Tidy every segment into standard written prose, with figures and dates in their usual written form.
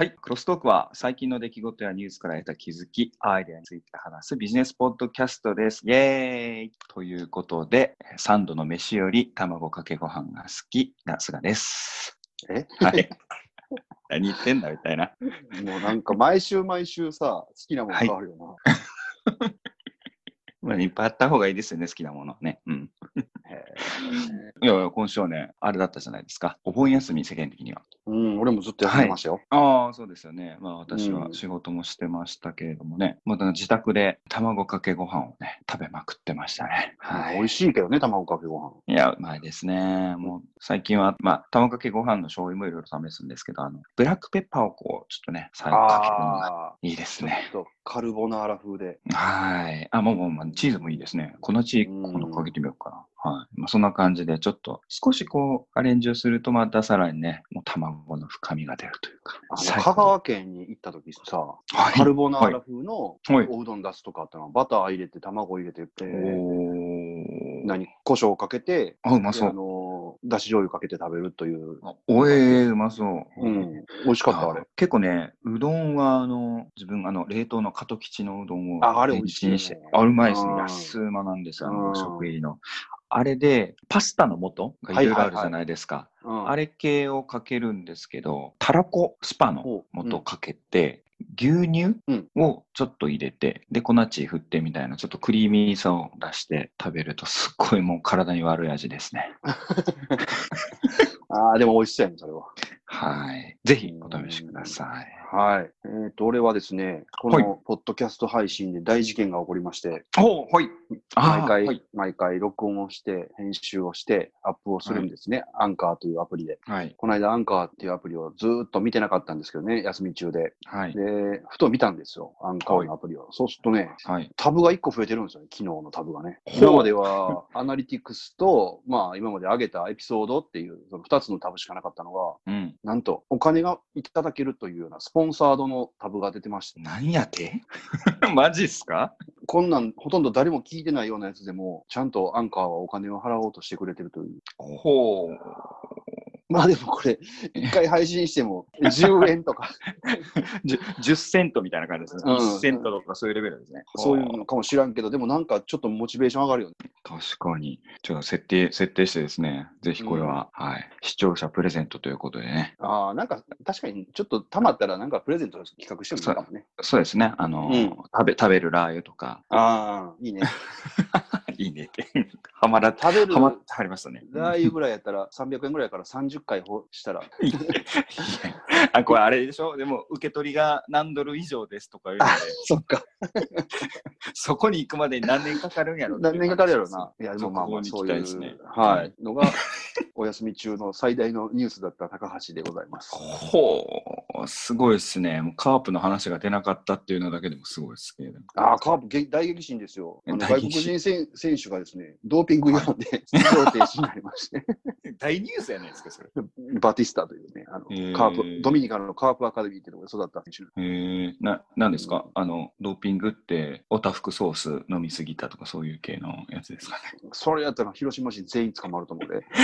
はい。クロストークは最近の出来事やニュースから得た気づき、アイデアについて話すビジネスポッドキャストです。イエーイということで、3度の飯より卵かけご飯が好きな菅です。はい。何言ってんだみたいな。 もうなんか毎週さ、好きなもの変わるよな。はいいっぱいあった方がいいですよね、好きなものね。うん。いや、今週はね、あれだったじゃないですか。お盆休み、世間的には。 俺もずっと休んでましたよ。 ああ、そうですよね。私は仕事もしてましたけれどもね。自宅で卵かけご飯をね、食べまくってましたね。 はい。美味しいけどね、卵かけご飯。 いや、うまいですね。もう最近は、卵かけご飯の醤油もいろいろ試すんですけど、ブラックペッパーをこう、ちょっとね、最後かけるのがいいですね。 ちょっとカルボナーラ風で。 はい。もうチーズもいいですね。粉チーズ今度かけてみようかな。はい。そんな感じで、ちょっと少しこう、アレンジをするとまたさらにね、もう卵の深みが出るというか。 香川県に行った時さ、カルボナーラ風のおうどん出すとかあったの、バター入れて、卵入れて、胡椒をかけて、 うまそう。 だし醤油かけて食べるという。 うまそう。 美味しかった、あれ。 結構ね、うどんは自分冷凍の加藤吉のうどんをあれ美味しいね。 うまいですね。安うまなんですよ、食入りの。あれで、パスタの素がいろいろあるじゃないですか。あれ系をかけるんですけど、たらこスパの素かけて、牛乳をちょっと入れて、で、粉チー振ってみたいな、ちょっとクリーミーさを出して食べると、すっごいもう体に悪い味ですね。 でも美味しそうやね、それは。 はい。ぜひお試しください。 はい。俺はですね、このポッドキャスト配信で大事件が起こりまして、毎回録音をして、編集をして、アップをするんですね。アンカーというアプリで。この間アンカーっていうアプリをずーっと見てなかったんですけどね、休み中で。で、ふと見たんですよ、アンカーのアプリを。そうするとね、タブが1個増えてるんですよね、機能のタブがね。今までは、アナリティクスと、今まで上げたエピソードっていう、その2つのタブしかなかったのが、なんと、お金がいただけるというようなスポンサードのタブが出てまして。 何やてマジっすか？ こんなんほとんど誰も聞いてないようなやつでも、ちゃんとアンカーはお金を払おうとしてくれてるという。でもこれ、一回配信しても10円とか 10セントみたいな感じですね。1セントとかそういうレベルですね。 そういうのかもしらんけど、でもなんかちょっとモチベーション上がるよね。 確かに。ちょっと設定してですね、ぜひこれは、視聴者プレゼントということでね。 なんか確かにちょっと溜まったらなんかプレゼント企画してもいいかもね。 そうですね。食べるラー油とか。 いいね。いいねって。はまりましたね。 ラー油ぐらいやったら300円ぐらいから30回したら。 これあれでしょ？でも受け取りが何ドル以上ですとか言うので。 そっか。 そこに行くまでに何年かかるんやろ。 何年かかるやろな。いや、でもそういうのがお休み中の最大のニュースだった高橋でございます。 すごいですね。もうカープの話が出なかったっていうのだけでもすごいですけど。 カープ大激震ですよ。外国人選手がですね、ドーピング違反で出場停止になりまして。 大ニュースやないですか、それ。 バティスタというね、ドミニカのカープアカデミーっていうのが育った選手。 何ですか？ドーピングっておたふくソース飲みすぎたとかそういう系のやつですかね。 それやったら広島市全員捕まると思うで。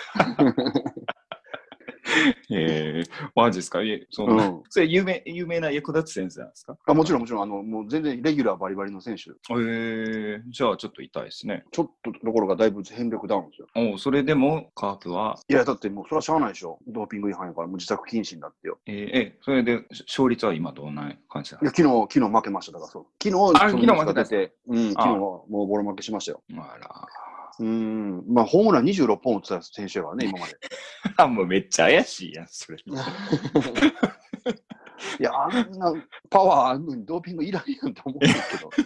マジですか？それ有名な役立つ先生なんですか？ もちろん、もう全然レギュラーバリバリの選手。 じゃあちょっと痛いですね。 ちょっとどころがだいぶ変力ダウンですよ。それでもカープは？ いや、だってもうそれはしゃあないでしょ。ドーピング違反やからもう自宅謹慎だってよ。 それで勝率は今どんな感じだ？ いや、昨日負けましただからそう。昨日負けて、昨日はもうボロ負けしましたよ。 あら。 ホームラン26本打ってた選手やからね、今まで。 もうめっちゃ怪しいやん、それ。いや、あんなパワーあんのにドーピングいらんやんと思うんだけど。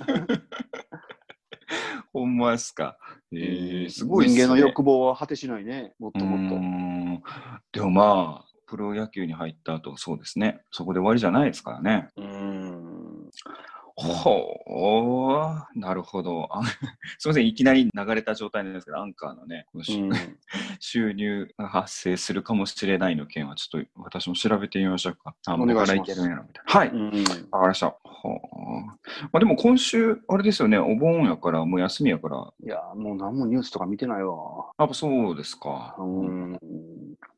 ほんまですか。すごいっすね。 人間の欲望は果てしないね、もっともっと。でもプロ野球に入った後、そうですね。そこで終わりじゃないですからね。なるほど。すみません、いきなり流れた状態なんですけど、アンカーのね、収入が発生するかもしれないの件は、ちょっと私も調べてみましょうか。 お願いします。 はい。わかりました。でも今週、あれですよね、お盆やから、もう休みやから。 いや、もう何もニュースとか見てないわ。 やっぱそうですか。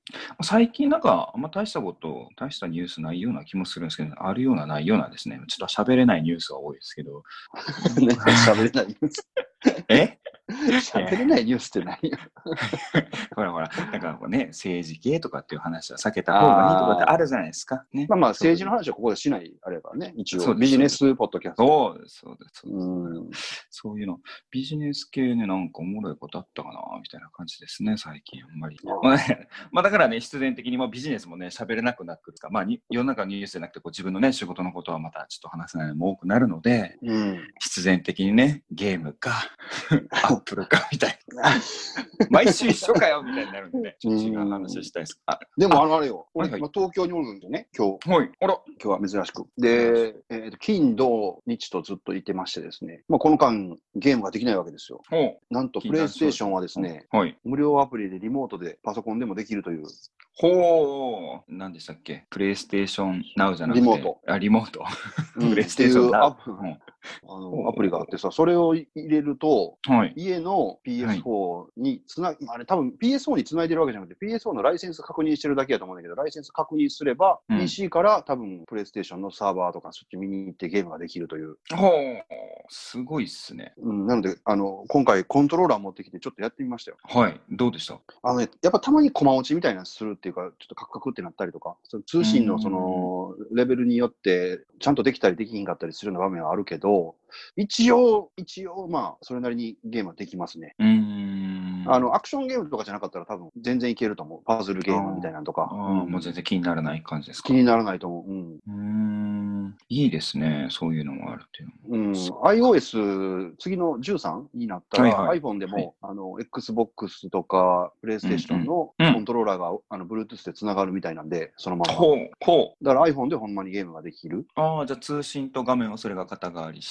最近なんか、あんま大したニュースないような気もするんですけど、あるようなないようなですね。ちょっと喋れないニュースが多いですけど。 喋れないニュース。 え喋れないニュースって何よ。 ほら、なんかね、政治系とかっていう話は避けた方がいいとかってあるじゃないですか。ね。 まあ政治の話はここでしないあれからね、一応。ビジネスポッドキャスト。そうです。そういうの。ビジネス系ね、なんかおもろいことあったかな、みたいな感じですね、最近あんまり。まあだからね、必然的にビジネスもね、喋れなくなってくるか。まあ世の中のニュースじゃなくて、自分のね、仕事のことはまたちょっと話せないのも多くなるので、必然的にね、ゲームか、アップルか、みたいな。毎週一緒かよみたいになるんでね、ちょっと違う話したいです。 でもあれよ、俺、東京におるんでね、今日。 はい。 今日は珍しく。で、金、土、日とずっといてましてですね、まあこの間ゲームができないわけですよ。なんとプレイステーションはですね、無料アプリでリモートでパソコンでもできるという。 ほう。何でしたっけ？プレイステーションナウじゃなくて。 リモート。 リモート。プレイステーションナウ。 アプリがあってさ、それを入れると、家の PS4 にあれ多分 PS4 につないでるわけじゃなくて、PS4 のライセンス確認してるだけだと思うんだけど、ライセンス確認すれば、PC から多分プレイステーションのサーバーとかそっち見に行ってゲームができるという。 ほう。すごいっすね。 なので、今回コントローラー持ってきてちょっとやってみましたよ。 はい。どうでした？ やっぱたまにコマ落ちみたいなするっていうか、ちょっとカクカクってなったりとか、その通信のそのレベルによってちゃんとできたりできひんかったりするような場面はあるけど、一応、まあ、それなりにゲームはできますね。アクションゲームとかじゃなかったら多分全然いけると思う。パズルゲームみたいなのとか。 もう全然気にならない感じですか？ 気にならないと思う。いいですね。そういうのもあるっていうの。iOS、次の13になったら、iPhone でも、Xbox とか、PlayStation のコントローラーが、Bluetooth で繋がるみたいなんで、そのまま。だから iPhone でほんまにゲームができる。 じゃあ通信と画面をそれが肩代わりして、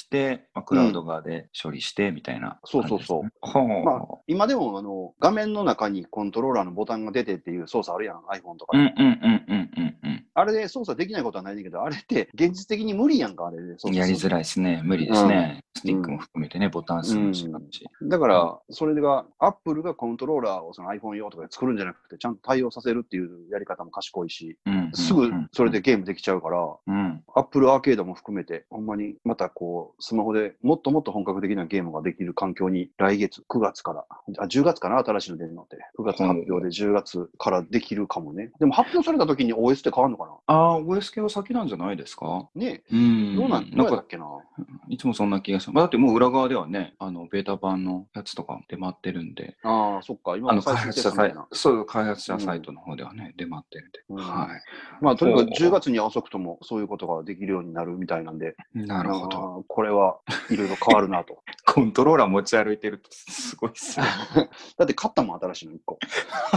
クラウド側で処理してみたいな。 そう。まあ、今でも画面の中にコントローラーのボタンが出てっていう操作あるやん、iPhone とかで。あれで操作できないことはないんだけど、あれって現実的に無理やんか、あれで操作。 やりづらいですね。無理ですね。スティックも含めてね、ボタン数も違うし。 だから、それが、Apple がコントローラーをその iPhone 用とかで作るんじゃなくて、ちゃんと対応させるっていうやり方も賢いし、すぐそれでゲームできちゃうから、Apple アーケードも含めて、ほんまにまたこう、スマホでもっともっと本格的なゲームができる環境に来月、9月から、10月かな、新しいの出るのって。9月発表で10月からできるかもね。でも発表された時に OS って変わるのかな？ OS 系は先なんじゃないですかね。どうなんだっけな。 いつもそんな気がします。だってもう裏側ではね、ベータ版のやつとか出回ってるんで。 そっか。今の開発者サイト。そう、開発者サイトの方ではね、出回ってるんで。 まあ、とにかく10月には遅くともそういうことができるようになるみたいなんで。 なるほど。 これはいろいろ変わるなと。 コントローラー持ち歩いてるとすごいっすね。 だって買ったもん、新しいの1個。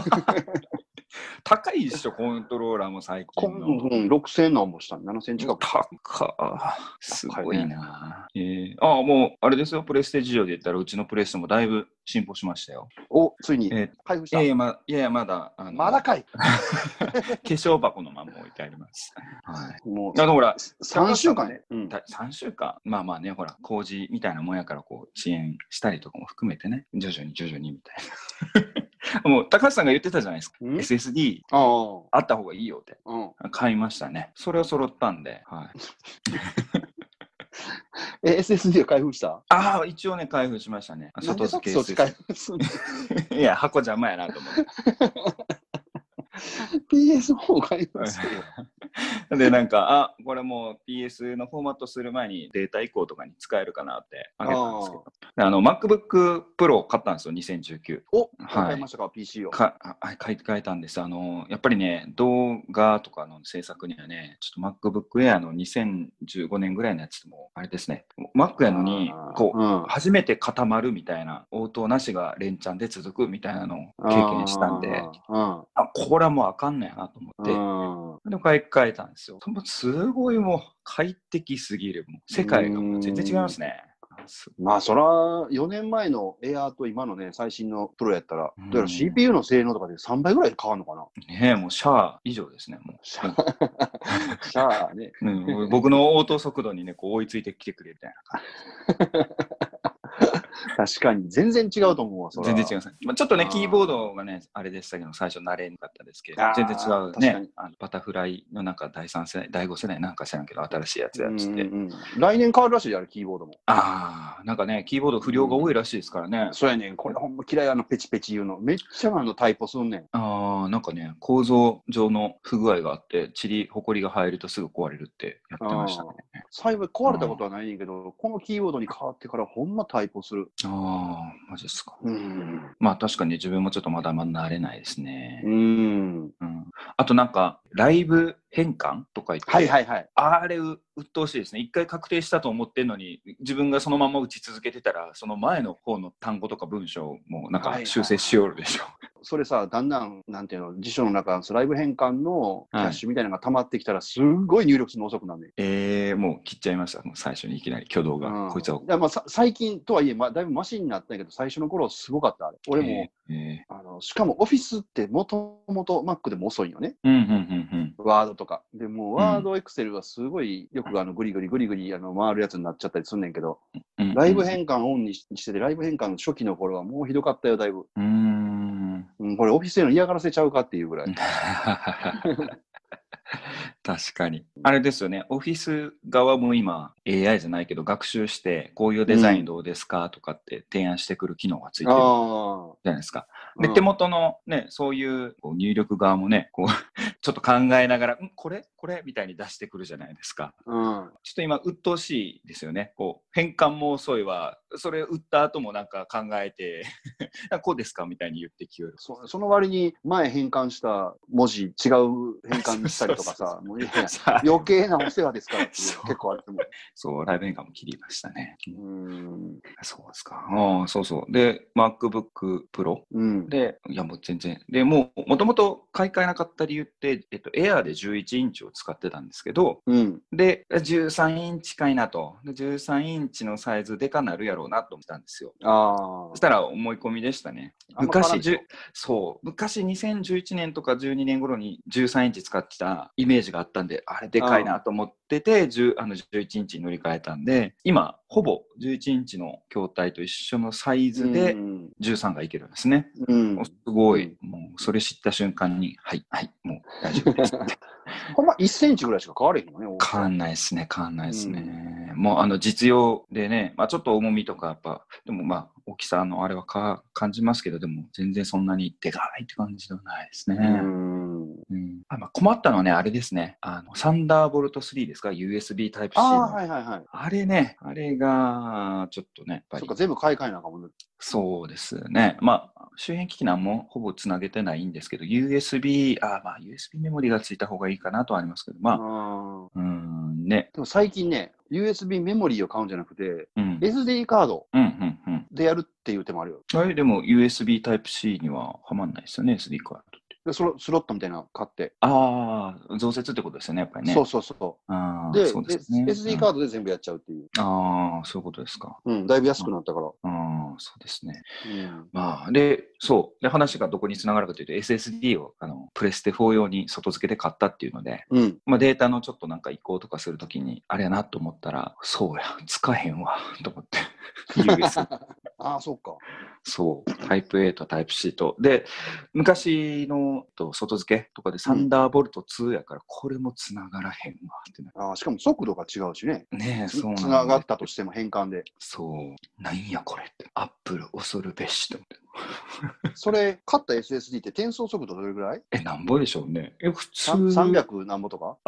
高いっしょ、コントローラーも最近の。 6000円なんぼしたん、7000円近く。 すごいな。もう、あれですよ、プレステ事情で言ったら、うちのプレステもだいぶ進歩しましたよ。 ついに、配布した？ いや、まだ。 まだかい。 化粧箱のまま置いてあります。 もう、 ほら、 3週間ね。 3週間。まあね、ほら、工事みたいなもんやから、こう、遅延したりとかも含めてね、徐々にみたいな。もう高橋さんが言ってたじゃないですか。SSD あった方がいいよって。買いましたね。それは揃ったんで。 SSD を開封した？ 一応ね、開封しましたね。 外付け SSD。 いや、箱邪魔やなと思って。 PS4 買いますよ。 で、なんか、これもう PS のフォーマットする前にデータ移行とかに使えるかなってあげたんですけど。MacBook Pro 買ったんですよ、2019。 買いましたか、PC を。 買えたんです。やっぱりね、動画とかの制作にはね、ちょっと MacBook Air の2015年ぐらいのやつも、あれですね、Mac やのに、こう、初めて固まるみたいな、応答なしが連チャンで続くみたいなのを経験したんで、これはもうあかんねやなと思って、で、買い替えたんですよ。すごいもう快適すぎる。もう世界がもう全然違いますね。 まあ、そら、4年前のエアーと今のね、最新のプロやったら、どうやら CPU の性能とかで3倍ぐらい変わるのかな？ ねえ、もうシャア以上ですね、もう。 シャアね。 僕の応答速度にね、こう追いついてきてくれみたいな感じ。 確かに。全然違うと思うわ、それ。 全然違います。ちょっとね、キーボードがね、あれでしたけど、最初慣れなかったですけど、全然違うね。バタフライのなんか第3世代、第5世代なんか知らんけど、新しいやつやつって。 来年変わるらしいで、あれ、キーボードも。 なんかね、キーボード不良が多いらしいですからね。 そうやねん。これほんま嫌い、ペチペチ言うの。めっちゃタイプすんねん。 なんかね、構造上の不具合があって、ほこりが入るとすぐ壊れるってやってましたね。 幸い壊れたことはないねんけど、このキーボードに変わってからほんまタイプする。 マジですか。まあ確かに自分もちょっとまだまだ慣れないですね。あとなんか、ライブ変換とか言って、あれ鬱陶しいですね。一回確定したと思ってんのに、自分がそのまま打ち続けてたら、その前の方の単語とか文章もなんか修正しよるでしょ。 それさ、だんだん、なんていうの、辞書の中、ライブ変換のキャッシュみたいなのが溜まってきたら、すごい入力するの遅くなるね。 もう切っちゃいました。もう最初にいきなり挙動が、こいつは。 最近とはいえ、だいぶマシになったんやけど、最初の頃すごかった、あれ。俺も、しかもオフィスってもともと Mac でも遅いよね。ワードとか。でもワード、エクセルはすごいよくグリグリ回るやつになっちゃったりすんねんけど、ライブ変換オンにしてて、ライブ変換の初期の頃はもうひどかったよ、だいぶ。これオフィスへの嫌がらせちゃうかっていうぐらい。 確かに。あれですよね、オフィス側も今 AI じゃないけど学習して、こういうデザインどうですかとかって提案してくる機能がついてるじゃないですか。で、手元のね、そういう入力側もね、ちょっと考えながら、これみたいに出してくるじゃないですか。ちょっと今、鬱陶しいですよね。変換も遅いわ。それ打った後もなんか考えて、こうですかみたいに言ってきよる。 その割に前変換した文字、違う変換にしたりとかさ、余計なお世話ですからって結構あると思う。 そう、ライブ変換も切りましたね。そうですか。そうそう。で、MacBook Pro、で、いやもう全然。で、もともと買い替えなかった理由って、Air で11インチを使ってたんですけど、で、13インチかいなと。で、13インチのサイズでかなるやろうなと思ったんですよ。そしたら思い込みでしたね。昔2011年とか12年頃に13インチ使ってたイメージがあったんで、あれでかいなと思ってて、11インチに乗り換えたんで、今、ほぼ11インチの筐体と一緒のサイズで13がいけるんですね。すごい、もうそれ知った瞬間に、はい、もう大丈夫です。 ほんま1センチぐらいしか変われへんよね。 変わんないですね。もう実用でね、ちょっと重みとかやっぱ、でも大きさのあれは感じますけど、でも全然そんなにでかいって感じではないですね。困ったのはね、あれですね。サンダーボルト3ですか ?USB Type-C の。あれね、あれが、ちょっとね、やっぱり。 そっか、全部買い替えなあかんもんね。 そうですね。周辺機器なんもほぼつなげてないんですけど、USB メモリがついた方がいいかなとはありますけど、ね。 でも最近ね、USB メモリーを買うんじゃなくて、SD カードでやるっていう手もあるよ。 でも USB Type-C にははまんないですよね、SD カードって。 スロットみたいなの買って。 増設ってことですよね、やっぱりね。 そう。で、SD カードで全部やっちゃうっていう。 そういうことですか。 だいぶ安くなったから。 そうですね。で、話がどこにつながるかというと、SSD をプレステ4用に外付けで買ったっていうので、データのちょっとなんか移行とかするときに、あれやなと思ったら、そうや、使えへんわ、と思って。 そうか。 そう、タイプ A とタイプ C と。で、昔の外付けとかでサンダーボルト2やから、これもつながらへんわってな。 しかも速度が違うしね。 そうなんつながったとしても変換で。 そう。なんやこれって。アップル恐るべしと思って。 それ、買った SSD って転送速度どれぐらい？ なんぼでしょうね。普通。 300何ぼとか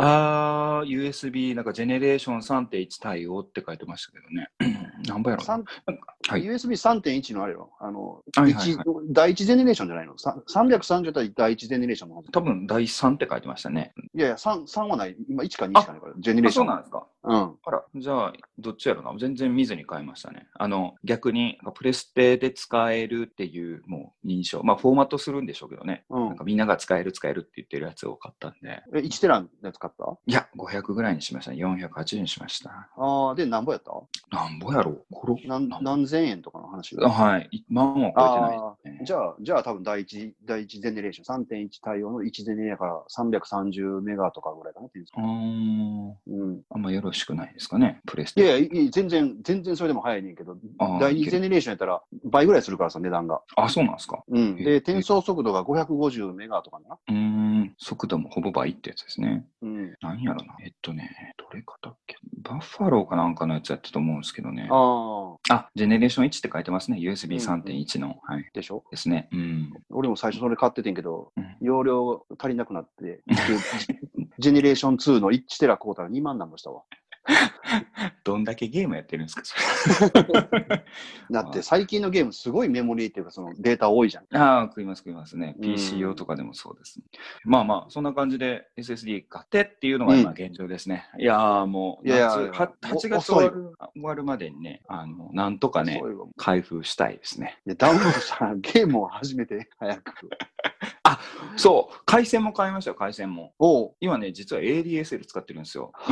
USB なんかジェネレーション 3.1 対応って書いてましたけどね。何ぼやろう。 USB3.1 のあれよ。第一ジェネレーションじゃないの ?330 対第一ジェネレーションのはず。 多分第3って書いてましたね。 いや、3はない。今1か2しかないから、ジェネレーション。 そうなんですか。じゃあ、どっちやろな。全然見ずに買いましたね。逆に、プレステで使えるっていうもう認証。フォーマットするんでしょうけどね。なんかみんなが使えるって言ってるやつを買ったんで。 1テラのやつ買った？ いや、500ぐらいにしましたね。480にしました。 で、何ぼやった？ 何ぼやろう何千円とかの話？ はい。万は超えてないですね。 じゃあ多分第一ジェネレーション、3.1 対応の1ジェネレーションから330メガとかぐらいかなっていうんですか。 あんまよろしくないですかね、プレステ。 や、全然それでも早いねんけど、第2ジェネレーションやったら倍ぐらいするからさ、値段が。 あ、そうなんですか。 うん。で、転送速度が550メガとかな。 速度もほぼ倍ってやつですね。 うん。 何やろな。どれかだっけ。バッファローかなんかのやつやったと思うんですけどね。ジェネレーション1って書いてますね。USB3.1 の。はい。 でしょですね。うん。 俺も最初それ買っててんけど、容量足りなくなって、ジェネレーション2の1テラ買うたら2万なんもしたわ。 どんだけゲームやってるんですかだって最近のゲームすごいメモリーっていうかそのデータ多いじゃん。 ああ、食いますね。PC 用とかでもそうです、ね。まあ、そんな感じで SSD 買ってっていうのが今現状ですね。いやーもう8月終わるまでにね、なんとかね、開封したいですね。 ダウンロードしたらゲームを始めて早く。 あ、そう、回線も買いましたよ、回線も。今ね、実は ADSL 使ってるんですよ。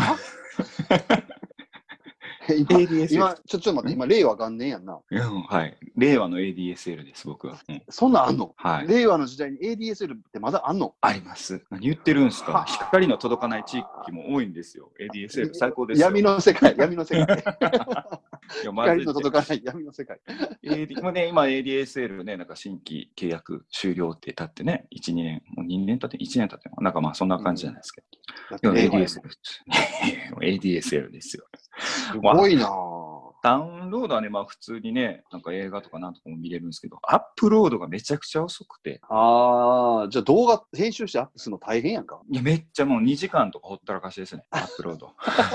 今、ちょっと待って、今、令和元年やんな。 はい。令和の ADSL です、僕は。 そんなんあんの？ はい。 令和の時代に ADSL ってまだあんの？ あります。何言ってるんですか？光の届かない地域も多いんですよ。ADSL 最高ですよ。 闇の世界。光の届かない闇の世界。 今 ADSL ね、なんか新規契約終了って経ってね、1、2年、もう2年経って、1年経って、なんかそんな感じじゃないですけど。ADSL ですよ。 すごいなダウンロードはね、普通にね、なんか映画とかなんとかも見れるんですけど、アップロードがめちゃくちゃ遅くて。 じゃあ動画編集してアップするの大変やんか。 いや、めっちゃもう2時間とかほったらかしですね、アップロード。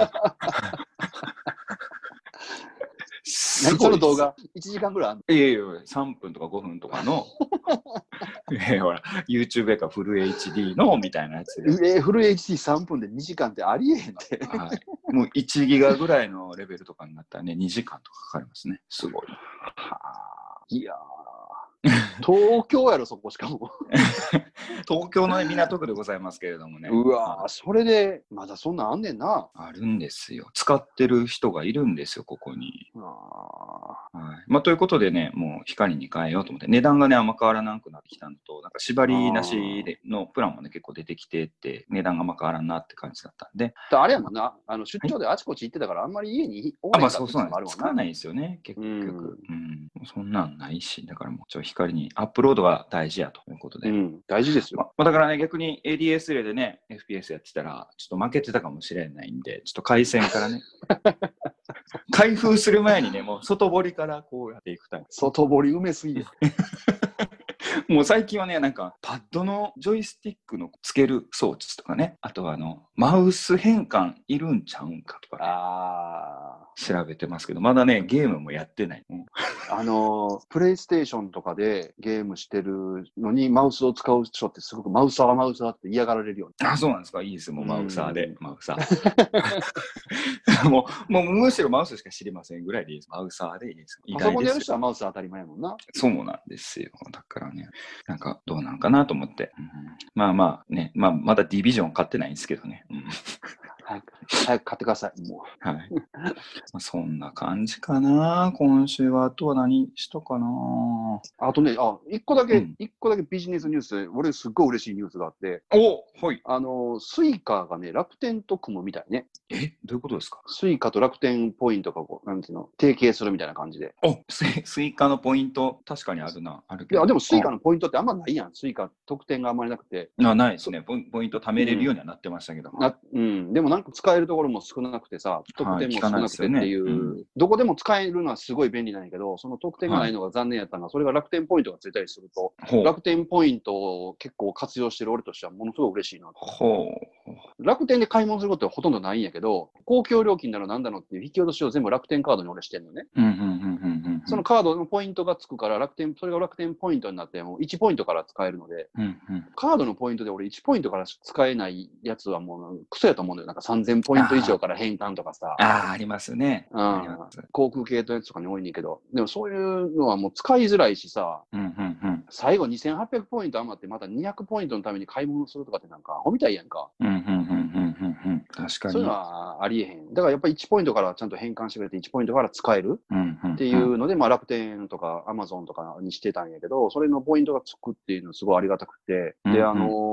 その動画1時間ぐらいあるの？ いやいや、3分とか5分とかの、ほら、YouTube やからフル HD のみたいなやつで。 フル HD3 分で2時間ってありえへんって。 はい。もう1ギガぐらいのレベルとかになったらね、2時間とかかかりますね。すごい。 いや東京やろ、そこしかも。 東京の港区でございますけれどもね。 うわそれで、まだそんなんあんねんな。 あるんですよ。使ってる人がいるんですよ、ここに。ということでね、もう光に変えようと思って、値段がね、あんま変わらなくなってきたのと、なんか縛りなしでのプランもね、結構出てきてって、値段があんま変わらんなって感じだったんで。 あれやもんな、出張であちこち行ってたから、あんまり家におらないから使わないんですよね、結局。そんなんないし、だからもう光にアップロードが大事やということで。 大事ですよ。 だからね、逆に ADSL でね、FPS やってたら、ちょっと負けてたかもしれないんで、ちょっと回線からね、開封する前にね、もう外堀からこうやっていくタイプ。 外堀埋めすぎです。 もう最近はね、なんかパッドのジョイスティックのつける装置とかね、あとはマウス変換いるんちゃうんかとかね、調べてますけど、まだね、ゲームもやってない。 プレイステーションとかでゲームしてるのにマウスを使う人ってすごくマウサーって嫌がられるよね。 そうなんですか。いいですもうマウサーで。マウサー。もうむしろマウスしか知りませんぐらいでいいです。マウサーでいいです。 パソコンでやる人はマウス当たり前やもんな。 そうなんですよ。だからね、なんかどうなんかなと思って。まだディビジョン買ってないんですけどね。 早く買ってください。もう。はい。そんな感じかな。今週はあとは何したかな。 あとね、一個だけビジネスニュースで、俺すっごい嬉しいニュースがあって。 はい。 スイカがね、楽天と組むみたいね。 どういうことですか？ スイカと楽天ポイントがなんていうの、提携するみたいな感じで。 スイカのポイント、確かにあるな。あるけど。 いや、でもスイカのポイントってあんまないやん。スイカ、得点があんまりなくて。 ないですね。ポイント貯めれるようにはなってましたけど。 でもなんか使えるところも少なくてさ、得点も少なくてっていう、どこでも使えるのはすごい便利なんやけど、その得点がないのが残念やったのが、それが楽天ポイントがついたりすると、楽天ポイントを結構活用してる俺としてはものすごい嬉しいな。楽天で買い物することはほとんどないんやけど、公共料金ならなんだのっていう引き落としを全部楽天カードに俺してんのね。そのカードのポイントがつくからそれが楽天ポイントになってもう1ポイントから使えるので、カードのポイントで俺1ポイントから使えないやつはもうクソやと思うんだよ。なんか3000ポイント以上から返還とかさ。 ありますね。 航空系のやつとかに多いねんけど、でもそういうのはもう使いづらいしさ、最後2800ポイント余ってまた200ポイントのために買い物するとかってなんかアホみたいやんか。 確かに。 そういうのはありえへん。だからやっぱり1ポイントからちゃんと返還してくれて1ポイントから使えるっていうので、楽天とかアマゾンとかにしてたんやけど、それのポイントがつくっていうのすごいありがたくて、で、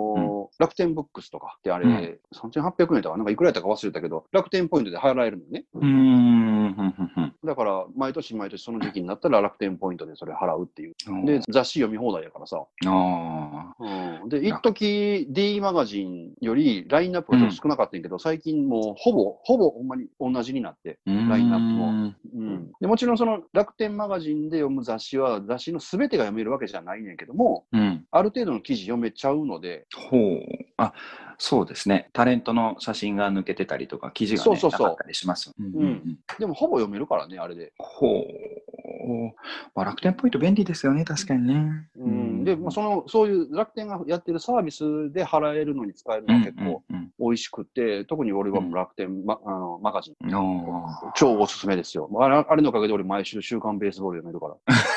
楽天ブックスとかってあれ、3800円とかなんかいくらやったか忘れたけど、楽天ポイントで払えるのね。だから、毎年毎年その時期になったら楽天ポイントでそれ払うっていう。で、雑誌読み放題やからさ。で、一時 D マガジンよりラインナップがちょっと少なかったんやけど、最近もうほぼほんまに同じになって、ラインナップも。でもちろんその楽天マガジンで読む雑誌は、雑誌の全てが読めるわけじゃないねんけども、ある程度の記事読めちゃうので。 そうですね。タレントの写真が抜けてたりとか、記事がね、なかったりします。 でもほぼ読めるからね、あれで。 楽天ポイント便利ですよね、確かにね。 で、そういう楽天がやってるサービスで払えるのに使えるのは結構美味しくて、特に俺は楽天マガジン。超おすすめですよ。あれのおかげで俺毎週週刊ベースボール読めるから。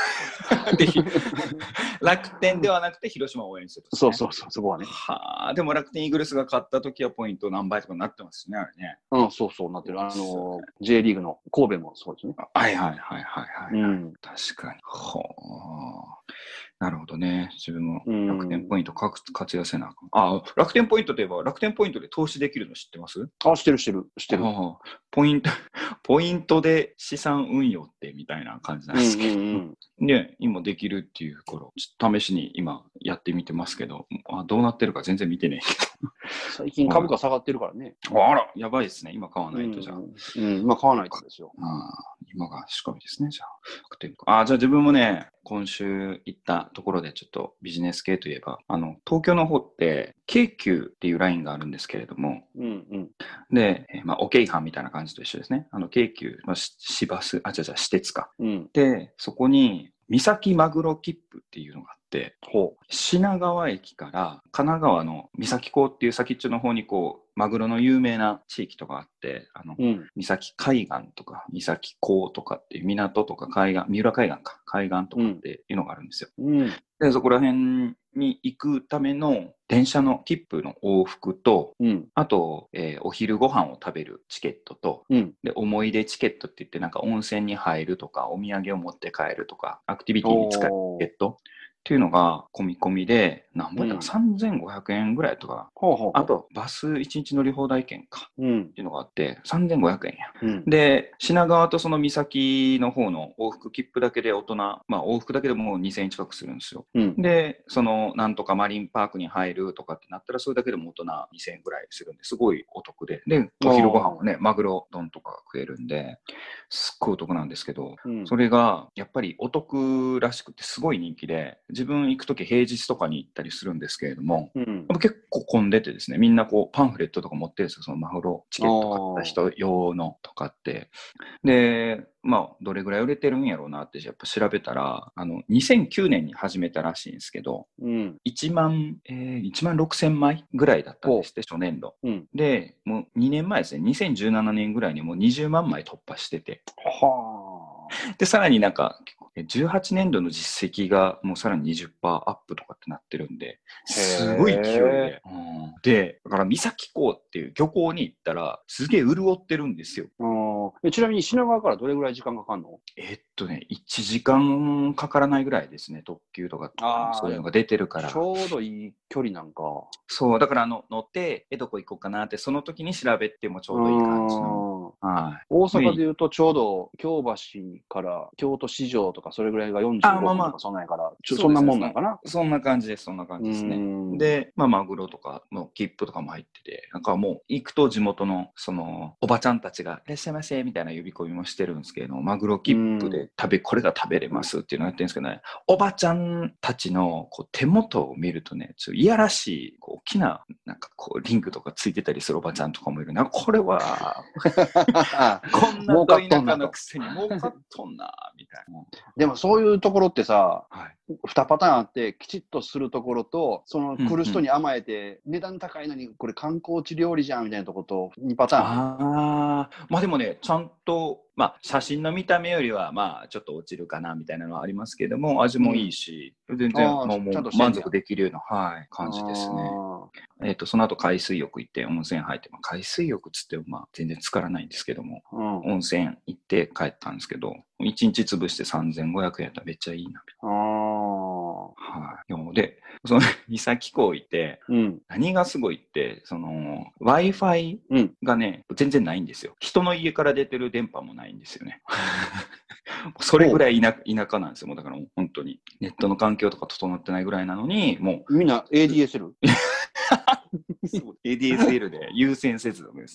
楽天ではなくて広島を応援する、 そう、そこはね。 でも楽天イーグルスが勝った時はポイント何倍とかなってますね、あれね。 そう、なってる。J リーグの神戸もそうですね。 はい。確かに。なるほどね。自分も楽天ポイント活用せなあかん。楽天ポイントといえば、楽天ポイントで投資できるの知ってます？ 知ってる。 ポイントで資産運用ってみたいな感じなんですけど。ね、今できるっていうから、ちょっと試しに今やってみてますけど、どうなってるか全然見てねえけど。 最近株価下がってるからね。 やばいですね。今買わないとじゃあ。 今買わないとですよ。 今が仕込みですね、じゃあ。じゃあ自分もね、今週行ったところでちょっとビジネス系といえば、東京の方って京急っていうラインがあるんですけれども、で、お京阪みたいな感じと一緒ですね。京急、私鉄か。で、そこに三崎マグロ切符っていうのがあって、品川駅から神奈川の三崎港っていう先っちょの方にマグロの有名な地域とかあって、三崎海岸とか三崎港とかっていう港とか三浦海岸とかっていうのがあるんですよ。で、そこら辺に行くための電車の切符の往復と、あと、お昼ご飯を食べるチケットと、で、思い出チケットって言ってなんか温泉に入るとか、お土産を持って帰るとか、アクティビティに使えるチケットっていうのが込み込みで、何本やったか3500円ぐらいとか、あとバス1日乗り放題券かっていうのがあって3500円や。で、品川とその三崎の方の往復切符だけで往復だけでもう2000円近くするんですよ。で、そのなんとかマリンパークに入るとかってなったらそれだけでも大人2000円ぐらいするんですごいお得で。で、お昼ご飯はね、マグロ丼とか食えるんで、すっごいお得なんですけど、それがやっぱりお得らしくてすごい人気で、自分行くとき平日とかに行ったりするんですけれども、結構混んでてですね、みんなパンフレットとか持ってるんですよ、そのマグロチケット買った人用のとかって。で、どれぐらい売れてるんやろうなってやっぱ調べたら、2009年に始めたらしいんですけど、1万6000枚ぐらいだったんですって、初年度。で、もう2年前ですね、2017年ぐらいにもう20万枚突破してて。で、さらになんか、18年度の実績がもうさらに 20% アップとかってなってるんで、すごい勢いで。で、だから三崎港っていう漁港に行ったら、すげえ潤ってるんですよ。 ちなみに品川からどれぐらい時間かかるの ？1時間かからないぐらいですね、特急とか、そういうのが出てるから。 ちょうどいい距離なんか。 そう、だから乗って、どこ行こうかなって、その時に調べてもちょうどいい感じの。 大阪でいうとちょうど京橋から京都市場とかそれぐらいが45分とかそんなんやから、そんなもんなんかな。 そんな感じですね。で、マグロとかの切符とかも入ってて、なんかもう行くと地元のそのおばちゃんたちがいらっしゃいませみたいな呼び込みもしてるんですけど、マグロ切符でこれが食べれますっていうのをやってるんですけどね、おばちゃんたちの手元を見るとね、ちょっといやらしい大きななんかリングとかついてたりするおばちゃんとかもいるな。これはこんなど田舎のくせに儲かっとんなみたいな。 でもそういうところってさ、2パターンあって、きちっとするところと、その来る人に甘えて、値段高いのにこれ観光地料理じゃんみたいなところと2パターン。 でもね、ちゃんと写真の見た目よりはちょっと落ちるかなみたいなのはありますけども、味もいいし、全然もう満足できるような、感じですね。その後海水浴行って温泉入って、海水浴つっても全然浸からないんですけども、温泉行って帰ったんですけど、1日潰して3500円やったらめっちゃいいな。で、 その三崎港行って、何がすごいって、Wi-Fi がね、全然ないんですよ。人の家から出てる電波もないんですよね。それぐらい田舎なんですよ。もうだからもう本当に。ネットの環境とか整ってないぐらいなのに、もう。みんな ADSL？ ADSL で有線接続です。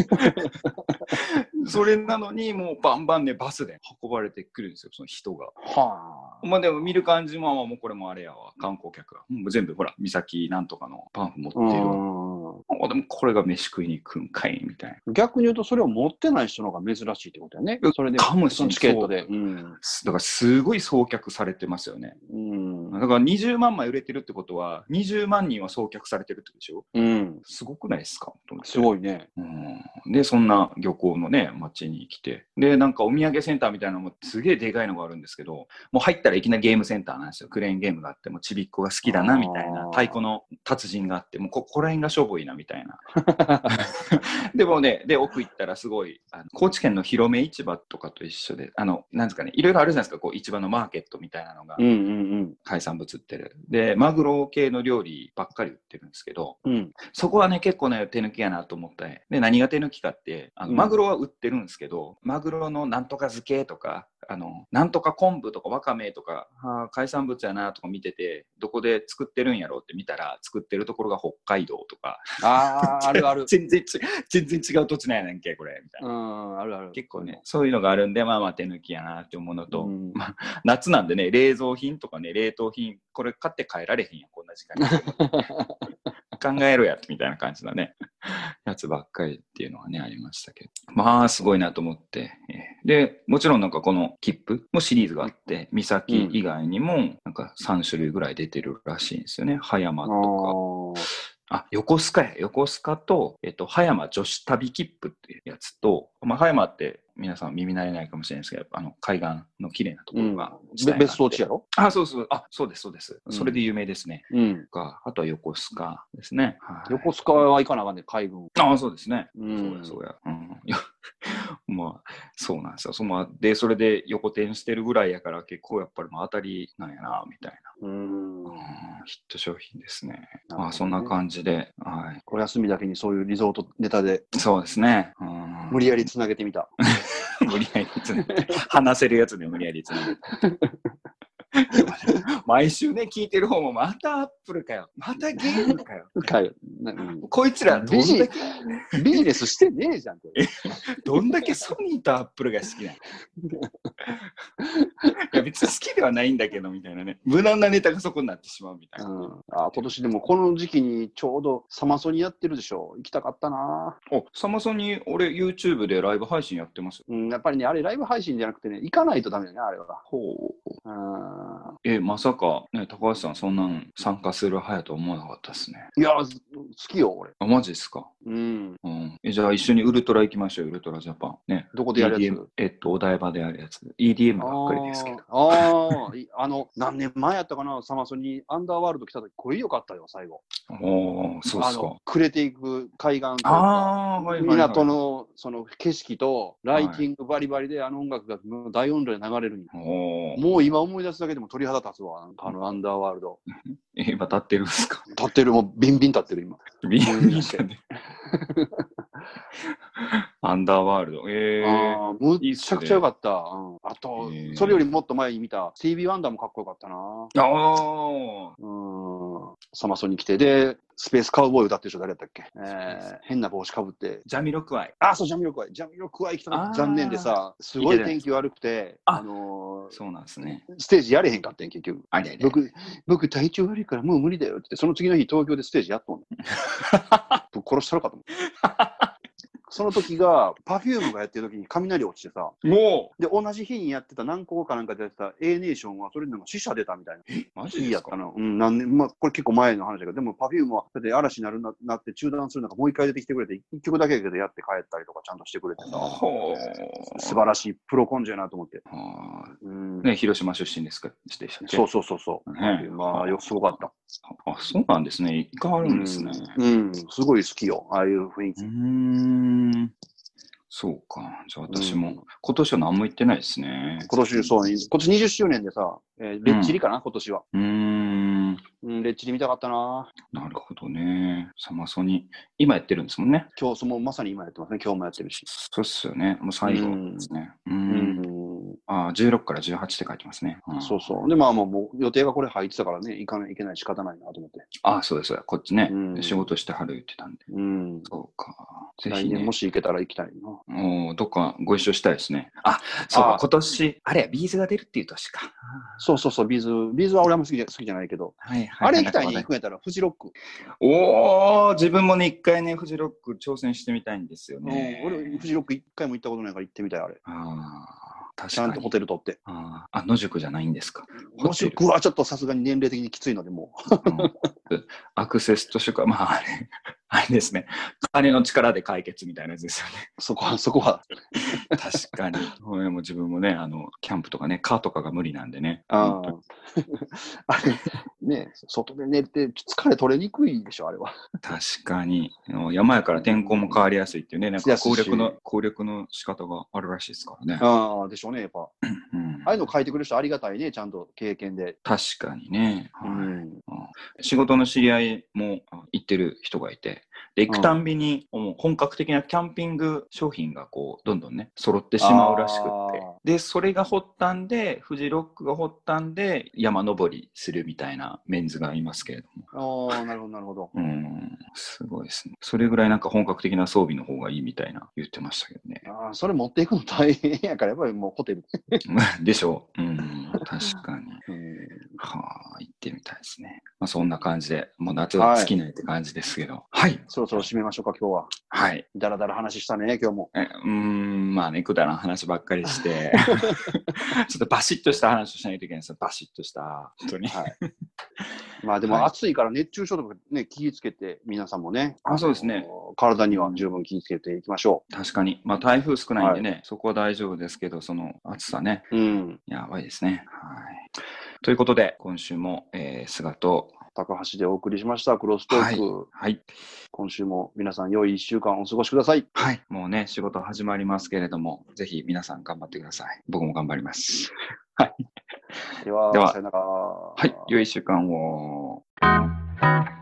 それなのに、もうバンバンね、バスで運ばれてくるんですよ、その人が。はあ。まあでも見る感じも、もうこれもあれやわ、観光客が。もう全部ほら、三崎なんとかのパンフ持ってるわ。でもこれが飯食いに行くんかいみたいな。 逆に言うと、それを持ってない人の方が珍しいってことだよね。それで、 かもしれない。 チケットで。 だからすごい送客されてますよね。だから20万枚売れてるってことは、20万人は送客されてるってことでしょ。すごくないですか？ すごいね。 で、そんな漁港のね、町に来て。で、なんかお土産センターみたいなのもすげえでかいのがあるんですけど、もう入ったらいきなりゲームセンターなんですよ。クレーンゲームがあって、もうちびっこが好きだな、みたいな。太鼓の達人があって、もうここら辺がしょぼいな、みたいな。でもね、で、奥行ったらすごい、高知県の広め市場とかと一緒で、なんですかね、いろいろあるじゃないですか、こう、市場のマーケットみたいなのが、海産物売ってる。で、マグロ系の料理ばっかり売ってるんですけど、そこはね、結構ね、手抜きやなと思ったね。で、何が手抜きかって、マグロは売ってるんですけど、マグロのなんとか漬けとか、なんとか昆布とかわかめとか、海産物やなとか見てて、どこで作ってるんやろうって見たら、作ってるところが北海道とか。 あるある。 全然違う土地なんやねんけ、これ。みたいな。 あるある。 結構ね、そういうのがあるんで、まあまあ手抜きやなって思うのと、夏なんでね、冷蔵品とかね、冷凍品、これ買って帰られへんやん、こんな時間に。考えろや、みたいな感じのね、やつばっかりっていうのはね、ありましたけど。まあ、すごいなと思って。で、もちろんなんかこの切符もシリーズがあって、三崎以外にもなんか3種類ぐらい出てるらしいんですよね。葉山とか。横須賀や。横須賀と、葉山女子旅切符っていうやつと、まあ、葉山って皆さん耳慣れないかもしれないですけど、海岸の綺麗なところが、 別荘地やろ？ そうそう。そうです、そうです。それで有名ですね。あとは横須賀ですね。 横須賀は行かなあかんね、海軍。 そうですね。そうや。まあ、そうなんですよ。で、それで横転してるぐらいやから、結構やっぱり当たりなんやな、みたいな。ヒット商品ですね。まあ、そんな感じで。 お休みだけにそういうリゾートネタで。 そうですね。 無理やりつなげてみた。 無理やりつなげて。話せるやつで無理やりつなげて。毎週ね、聞いてる方もまたアップルかよ。またゲームかよ。こいつらビジネスしてねえじゃん。 どんだけソニーとアップルが好きなの？いや別に好きではないんだけどみたいなね。無難なネタがそこになってしまうみたいな。 今年でもこの時期にちょうどサマソニやってるでしょ。行きたかったな。 サマソニ俺 YouTube でライブ配信やってます。 やっぱりね、あれライブ配信じゃなくてね、行かないとダメだね、あれは。 まさか、ね、高橋さんそんなん参加する派やと思わなかったですね。 いや、好きよ、俺。 マジですか？じゃあ一緒にウルトラ行きましょう、ウルトラジャパン。ね。 どこでやるやつ？ お台場でやるやつ。EDM ばっかりですけど。 何年前やったかな、サマソニアンダーワールド来た時、これ良かったよ、最後。 そうっすか。 暮れていく海岸とか、港のその景色と、ライティングバリバリで音楽が大音量で流れるんよ。もう今思い出すだけでも鳥肌立つわ、アンダーワールド。 今立ってるんですか？ 立ってる、もうビンビン立ってる、今。 ビンビンしてね。アンダーワールド。 むっちゃくちゃ良かった。あと、それよりもっと前に見た、スティービー・ワンダーもかっこよかったな。サマソニ来て、で、スペースカウボーイ歌ってる人誰やったっけ？変な帽子かぶって。 ジャミロクワイ。 そう、ジャミロクワイ。ジャミロクワイ来たの残念でさ、すごい天気悪くて、 そうなんですね。 ステージやれへんかったん、結局。僕体調悪いからもう無理だよって、その次の日東京でステージやっとんの。殺したのかと思って。その時が、Perfume がやってる時に雷落ちてさ、で、同じ日にやってた、何個かなんかでやってた A ネーションは、それでも死者出たみたいな。 マジですか？ 何年、これ結構前の話だけど、でも Perfume は、だって嵐になって中断する中、もう一回出てきてくれて、一曲だけでやって帰ったりとか、ちゃんとしてくれてさ、素晴らしいプロ根性やなと思って。 ね、広島出身ですか？ そう。すごかった。 そうなんですね。一回あるんですね。 すごい好きよ、ああいう雰囲気。 そうか。じゃあ私も、今年は何も行ってないですね。 今年20周年でさ、レッチリかな、今年は。 レッチリ見たかったな。 なるほどね。サマソニ。今やってるんですもんね。 今日、まさに今やってますね。今日もやってるし。 そうっすよね。もう最後ですね。16から18って書いてますね。 そうそう。で、まあもう予定がこれ入ってたからね、行かないといけない仕方ないなと思って。 そうです。こっちね。仕事してはる言ってたんで。そうか。 ぜひね。来年もし行けたら行きたいな。どっかご一緒したいですね。そうか。今年、あれ、ビーズが出るっていう年か。 そうそうそう、ビーズは俺はも好きじゃないけど。あれ行きたいに行くんやったら、フジロック。 自分もね、一回ね、フジロック挑戦してみたいんですよね。 俺、フジロック一回も行ったことないから行ってみたい、あれ。 確かに。 ちゃんとホテル取って。 野宿じゃないんですか。 野宿はちょっとさすがに年齢的にきついので、もう。アクセスと宿泊、あれですね。金の力で解決みたいなやつですよね。 そこは。 確かに。もう自分もね、キャンプとかね、カーとかが無理なんでね。 あれ、ね、外で寝て疲れ取れにくいでしょ、あれは。 確かに。山やから天候も変わりやすいっていうね、なんか攻略の仕方があるらしいですからね。でしょうね、やっぱ。ああいうの書いてくる人ありがたいね、ちゃんと経験で。 確かにね。仕事の知り合いも行ってる人がいて、で、行くたんびに、本格的なキャンピング商品がこう、どんどんね、揃ってしまうらしくって。で、それが発端で、フジロックが発端で、山登りするみたいなメンズがいますけれども。 なるほど、なるほど。 すごいですね。それぐらいなんか本格的な装備の方がいいみたいな言ってましたけどね。 それ持っていくの大変やから、やっぱりもうホテル。 でしょう。確かに。行ってみたいですね。そんな感じで、もう夏は尽きないって感じですけど。はい。 そろそろ締めましょうか、今日は。 はい。 だらだら話したね、今日も。 まあね、くだらん話ばっかりして、ちょっとバシッとした話をしないといけないですよ。バシッとした。本当に。はい。 まあでも暑いから熱中症とかね、気をつけて、皆さんもね。 そうですね。 体には十分気をつけていきましょう。確かに。まあ台風少ないんでね、そこは大丈夫ですけど、その暑さね。やばいですね。はい。ということで、今週も、菅と高橋でお送りしました、クロストーク。はい。今週も皆さん良い1週間お過ごしください。 はい。もうね、仕事始まりますけれども、ぜひ皆さん頑張ってください。僕も頑張ります。はい。 では、さよなら。 はい。良い1週間を。